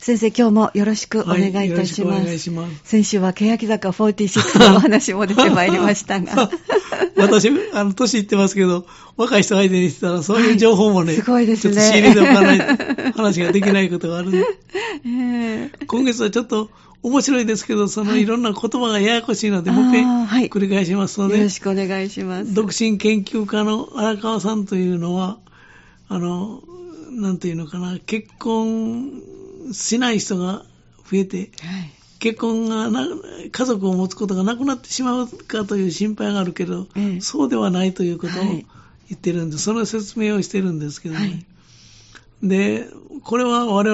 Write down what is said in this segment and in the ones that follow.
先生、今日もよろしくお願いいたします。 よろしくお願いします。 先週は欅坂46のお話も出てまいりましたが。 私、年いってますけど、若い人相手にしたら、そういう情報もね、 すごいですね。 ちょっと仕入れておかないと話ができないことがあるんで。今月はちょっと面白いですけど、いろんな言葉がややこしいので、もう一回繰り返しますとね。 よろしくお願いします。 独身研究家の荒川さんというのは、なんていうのかな、結婚しない人が増えて、結婚が家族を持つことがなくなってしまうかという心配があるけど、そうではないということを言ってるんで、その説明をしてるんですけどね。で、これは我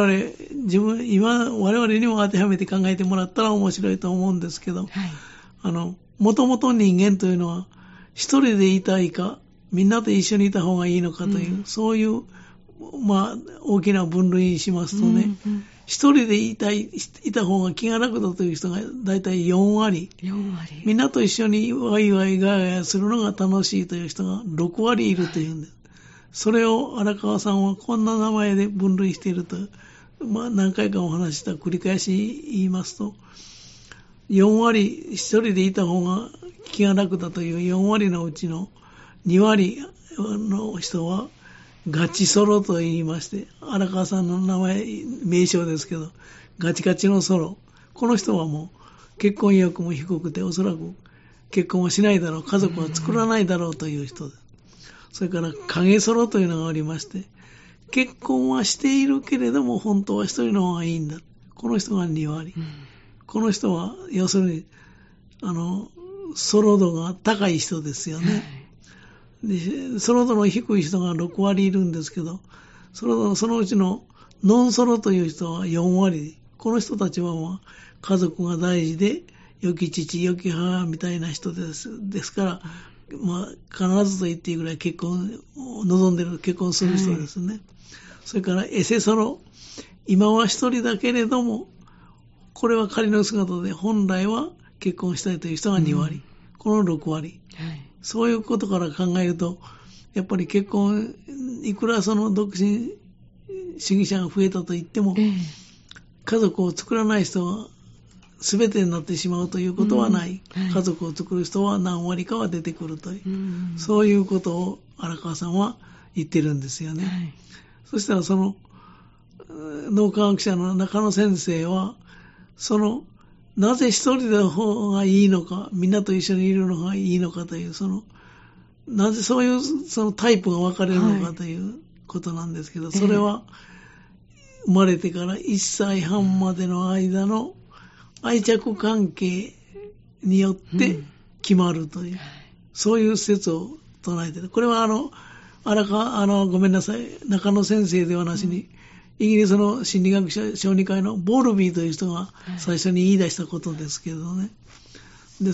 々にも当てはめて考えてもらったら面白いと思うんですけど、もともと人間というのは、一人でいたいか、みんなと一緒にいた方がいいのかという、そういう、大きな分類にしますとね、一人でいた方が気が楽だという人がだいたい4割。みんなと一緒にワイワイガヤガヤするのが楽しいという人が6割いるというんです。それを荒川さんはこんな名前で分類していると、何回かお話した繰り返し言いますと、4割一人でいた方が気が楽だという4割のうちの2割の人はガチソロと言いまして、荒川さんの名称ですけど、ガチガチのソロ。この人はもう結婚意欲も低くて、おそらく結婚はしないだろう、家族は作らないだろうという人です。それから影ソロというのがありまして、結婚はしているけれども本当は一人の方がいいんだ。この人が2割。この人は要するにソロ度が高い人ですよね。でソロ度の低い人が6割いるんですけど、そのうちのノンソロという人は4割。この人たちは家族が大事で、良き父、良き母みたいな人です。ですから、必ずと言っていいぐらい結婚を望んでる、結婚する人ですね。それからエセソロ。今は一人だけれども、これは仮の姿で本来は結婚したいという人が2割。この6割。そういうことから考えると、やっぱり結婚、いくら独身主義者が増えたと言っても、家族を作らない人は全てになってしまうということはない。家族を作る人は何割かは出てくるという、そういうことを荒川さんは言ってるんですよね。そしたら脳科学者の中野先生は、なぜ一人の方がいいのか、みんなと一緒にいるのがいいのかという、なぜそういうタイプが分かれるのかということなんですけど、それは生まれてから1歳半までの間の愛着関係によって決まるという、そういう説を唱えている。これはごめんなさい、中野先生ではなしに、イギリスの心理学者小児科医のボールビーという人が最初に言い出したことですけどね。で、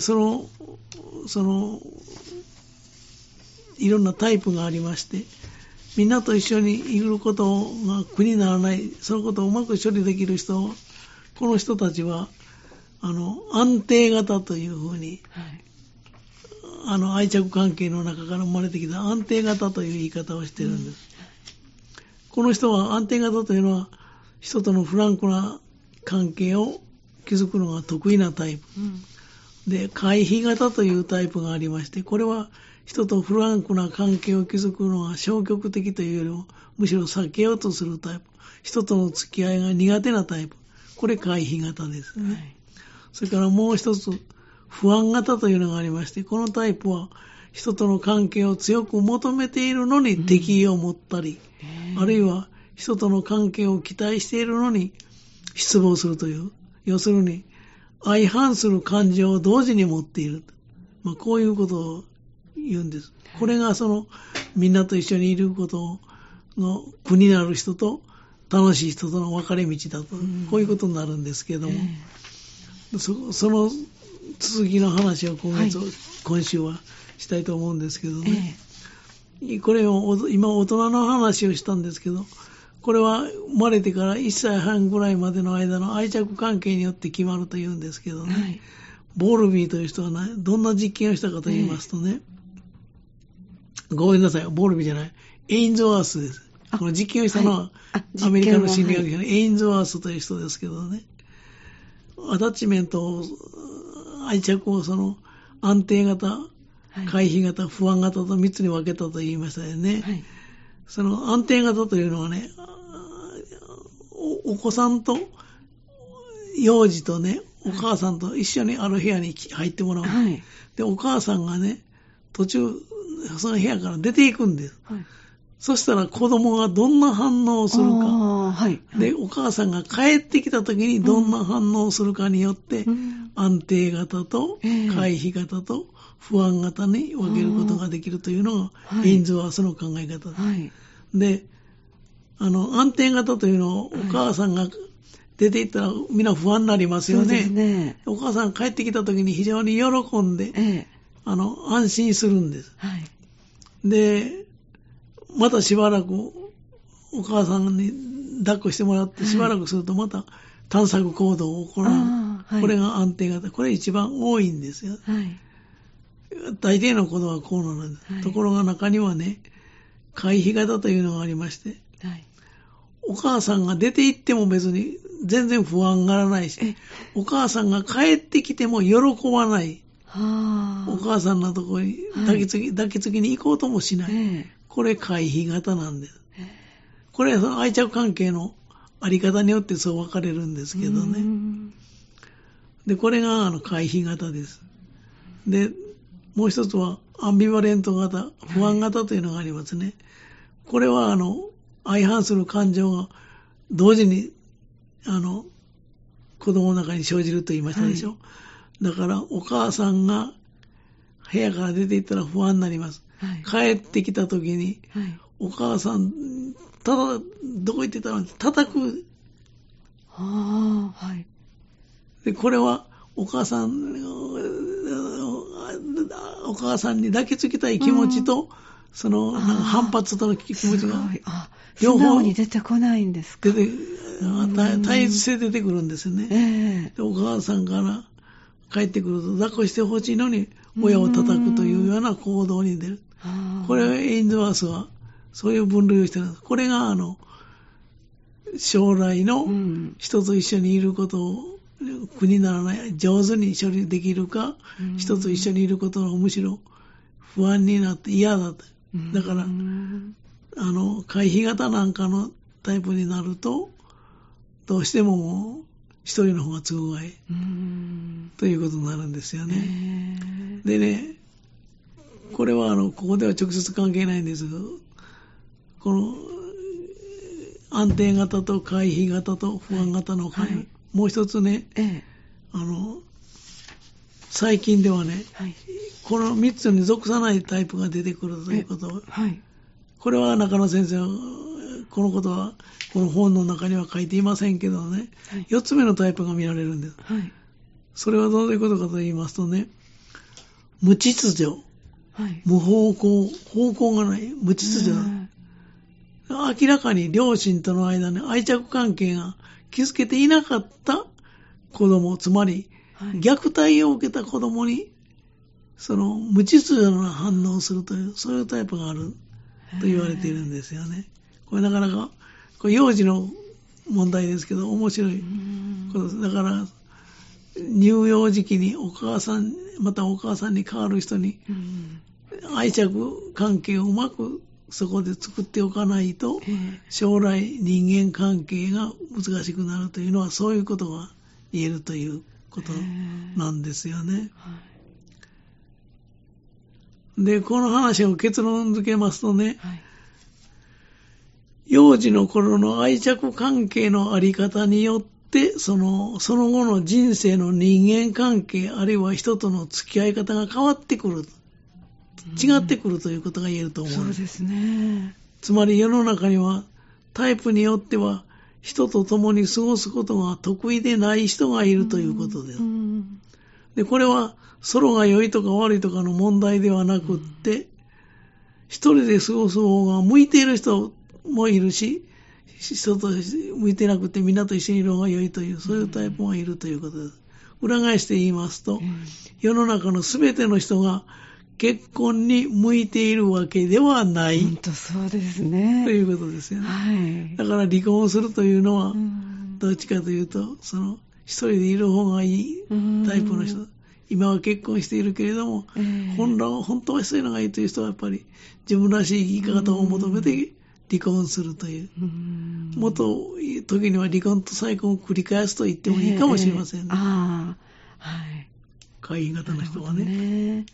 いろんなタイプがありまして、みんなと一緒にいることが苦にならない、そのことをうまく処理できる人、この人たちは、安定型というふうに、愛着関係の中から生まれてきた安定型という言い方をしているんです。この人は安定型というのは、人とのフランクな関係を築くのが得意なタイプ。で、回避型というタイプがありまして、これは人とフランクな関係を築くのが消極的というよりも、むしろ避けようとするタイプ。人との付き合いが苦手なタイプ。これ回避型ですね。それからもう一つ、不安型というのがありまして、このタイプは人との関係を強く求めているのに敵意を持ったり、あるいは人との関係を期待しているのに失望するという、要するに相反する感情を同時に持っている。こういうことを言うんです。これがみんなと一緒にいることの苦になる人と楽しい人との分かれ道だと、こういうことになるんですけども、その続きの話を今週はしたいと思うんですけどね。これを今大人の話をしたんですけど、これは生まれてから1歳半ぐらいまでの間の愛着関係によって決まるというんですけどね。ボールビーという人はどんな実験をしたかと言いますとね、ごめんなさい、ボールビーじゃない、エインズワースです。 この実験をしたのは、アメリカの心理学者のエインズワースという人ですけどね、アタッチメントを、愛着をその安定型、回避型、不安型と3つに分けたと言いましたよね。はい、その安定型というのはね、お子さんと幼児とね、お母さんと一緒にある部屋に入ってもらう。はい、で、お母さんがね、途中、その部屋から出ていくんです。はい、そしたら子供がどんな反応をするか。はい、で、お母さんが帰ってきた時にどんな反応をするかによって、安定型と回避型と不安型に分けることができるというのが、エインズワースの考え方です。はい、で、安定型というのをお母さんが出て行ったらみんな不安になりますよね。そうですね。お母さんが帰ってきた時に非常に喜んで、安心するんです。はい、で、またしばらくお母さんに抱っこしてもらってしばらくするとまた探索行動を行う。はい、これが安定型。これ一番多いんですよ。はい、大抵のことはこうなんです。はい、ところが中にはね、回避型というのがありまして、はい、お母さんが出て行っても別に全然不安がらないし、お母さんが帰ってきても喜ばない。お母さんのところに抱きつきに行こうともしない。これ回避型なんです。これはその愛着関係のあり方によってそう分かれるんですけどね。で、これが回避型です。で、もう一つはアンビバレント型、不安型というのがありますね。これは相反する感情が同時に子供の中に生じると言いましたでしょ。はい、だからお母さんが部屋から出て行ったら不安になります。はい、帰ってきた時に、はい、お母さんただどこ行ってたの叩く。はい、でこれはお母さんに抱きつきたい気持ちと、そのなんか反発との気持ちが両方に出てこないんですか。 対立して出てくるんですよね。でお母さんから帰ってくると抱っこしてほしいのに親を叩くというような行動に出る。これはエインズワースはそういう分類をしているんです。これが将来の人と一緒にいることを苦にならない上手に処理できるか、人と一緒にいることのむしろ不安になって嫌だと。だから回避型なんかのタイプになるとどうしてももう一人の方が都合がいいということになるんですよね。でね、これはここでは直接関係ないんですが、この安定型と回避型と不安型の他に、はい、もう一つね、最近ではね、はい、この3つに属さないタイプが出てくるということを、はい、これは中野先生はこのことはこの本の中には書いていませんけどね、はい、4つ目のタイプが見られるんです。はい、それはどういうことかと言いますとね、無秩序、はい、無方向、方向がない無秩序だ。明らかに両親との間に愛着関係が築けていなかった子供、つまり、はい、虐待を受けた子供にその無秩序な反応をするという、そういうタイプがあると言われているんですよね。これなかなかこれ幼児の問題ですけど面白いことです。だから乳幼児期にお母さん、またお母さんに代わる人に愛着関係をうまくそこで作っておかないと将来人間関係が難しくなるというのはそういうことが言えるということなんですよね。で、この話を結論付けますとね、はい、幼児の頃の愛着関係のあり方によってその後の人生の人間関係あるいは人との付き合い方が変わってくる、違ってくるということが言えると思う。 そうですね。 つまり世の中にはタイプによっては人と共に過ごすことが得意でない人がいるということです。で、これはソロが良いとか悪いとかの問題ではなくって、一人で過ごす方が向いている人もいるし、人と向いてなくてみんなと一緒にいる方が良いという、そういうタイプがいるということです。裏返して言いますと、世の中のすべての人が結婚に向いているわけではない。 本当そうですね。 ということですよね。 はい。 だから離婚するというのは、どっちかというと、一人でいる方がいいタイプの人。今は結婚しているけれども、本当はそういうのがいいという人はやっぱり自分らしい生き方を求めて離婚するという。もっと時には離婚と再婚を繰り返すと言ってもいいかもしれませんね。 はい。 会員型の人はね。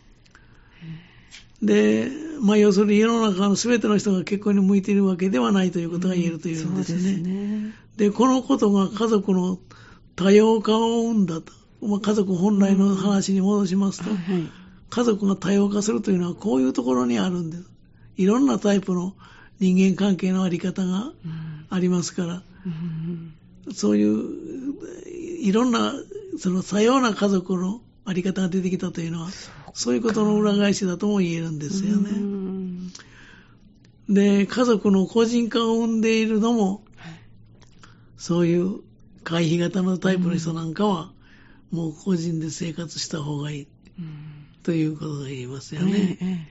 で、要するに世の中の全ての人が結婚に向いているわけではないということが言えるというんですね。そうですね。で、このことが家族の多様化を生んだと。家族本来の話に戻しますと、家族が多様化するというのはこういうところにあるんです。いろんなタイプの人間関係のあり方がありますから、そういういろんな多様な家族のあり方が出てきたというのは、そういうことの裏返しだとも言えるんですよね。で、家族の個人化を生んでいるのも、そういう回避型のタイプの人なんかは、もう個人で生活した方がいい、ということが言えますよね。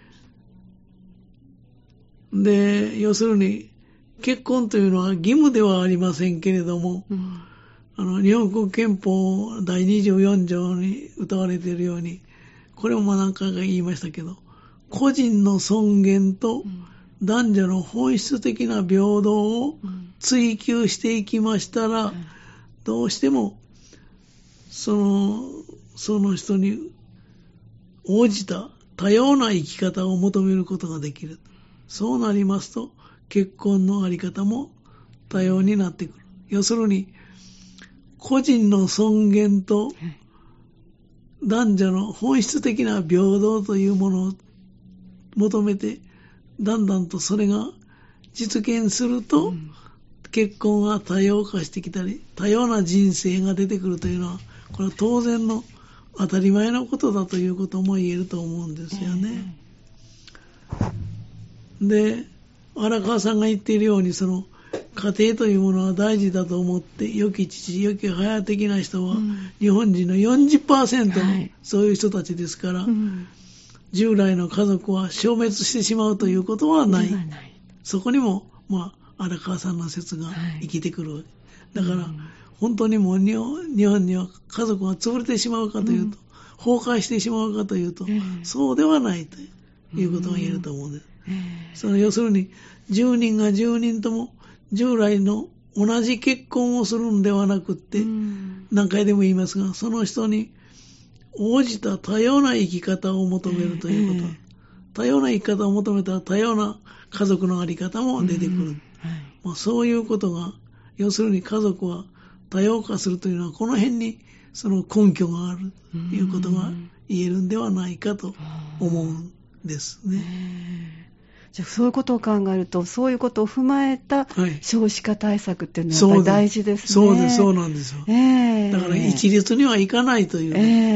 で、要するに、結婚というのは義務ではありませんけれども、日本国憲法第24条に謳われているように、これも何回か言いましたけど、個人の尊厳と男女の本質的な平等を追求していきましたら、どうしてもその人に応じた多様な生き方を求めることができる。そうなりますと、結婚のあり方も多様になってくる。要するに、個人の尊厳と男女の本質的な平等というものを求めて、だんだんとそれが実現すると、結婚が多様化してきたり、多様な人生が出てくるというのは、これは当然の当たり前のことだということも言えると思うんですよね。で、荒川さんが言っているように、家庭というものは大事だと思って、良き父、良き母的な人は、日本人の 40% のそういう人たちですから、従来の家族は消滅してしまうということはない。そこにも、荒川さんの説が生きてくる。だから、本当にもう日本には家族が潰れてしまうかというと、崩壊してしまうかというと、そうではないということが言えると思うんです。要するに、10人が10人とも従来の同じ結婚をするのではなくって、何回でも言いますが、その人に応じた多様な生き方を求めるということ。多様な生き方を求めたら多様な家族のあり方も出てくる。そういうことが、要するに家族は多様化するというのは、この辺にその根拠があるということが言えるんではないかと思うんですね。 じゃあそういうことを考えると、そういうことを踏まえた少子化対策っていうのはやっぱり大事ですね。 そうです、そうなんですよ。だから一律にはいかないという、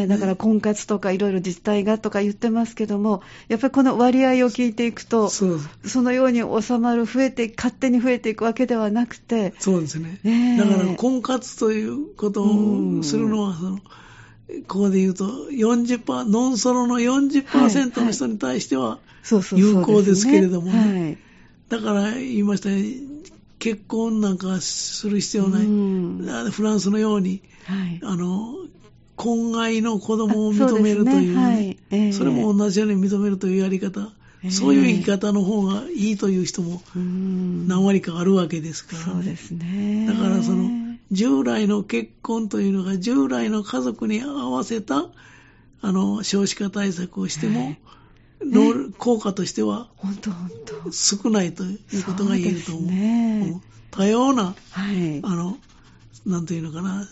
だから婚活とかいろいろ自治体がとか言ってますけども、やっぱりこの割合を聞いていくと、そのように収まる、勝手に増えていくわけではなくて。 そうですね。だから婚活ということをするのは、ここで言うと40%、ノンソロの 40% の人に対しては有効ですけれどもね。だから言いましたように、結婚なんかする必要ない。フランスのように、婚外の子供を認めるというね、それも同じように認めるというやり方、そういう生き方の方がいいという人も何割かあるわけですからね。 そうですね。 だから従来の結婚というのが従来の家族に合わせた少子化対策をしても、効果としては少ないということが言えると思う。多様な、なんていうのかな、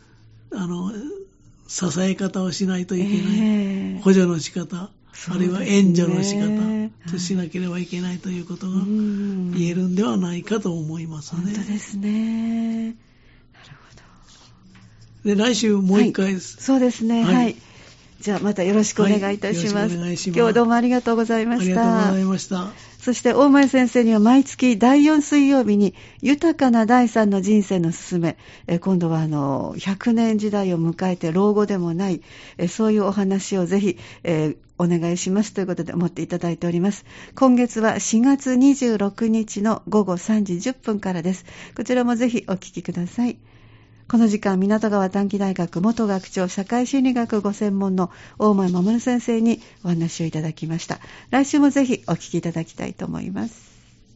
支え方をしないといけない、補助の仕方、あるいは援助の仕方としなければいけないということが言えるんではないかと思いますね。 本当ですね。なるほど。で、来週もう一回です。 そうですね。はい。じゃあまたよろしくお願いいたします。今日はどうもありがとうございました。 ありがとうございました。 そして大前先生には毎月第4水曜日に豊かな第3の人生のすすめ、今度は100年時代を迎えて老後でもない、そういうお話をぜひ、お願いしますということで思っていただいております。今月は4月26日の午後3時10分からです。こちらもぜひお聞きください。この時間、港川短期大学元学長社会心理学ご専門の大前守先生にお話をいただきました。来週もぜひお聞きいただきたいと思います。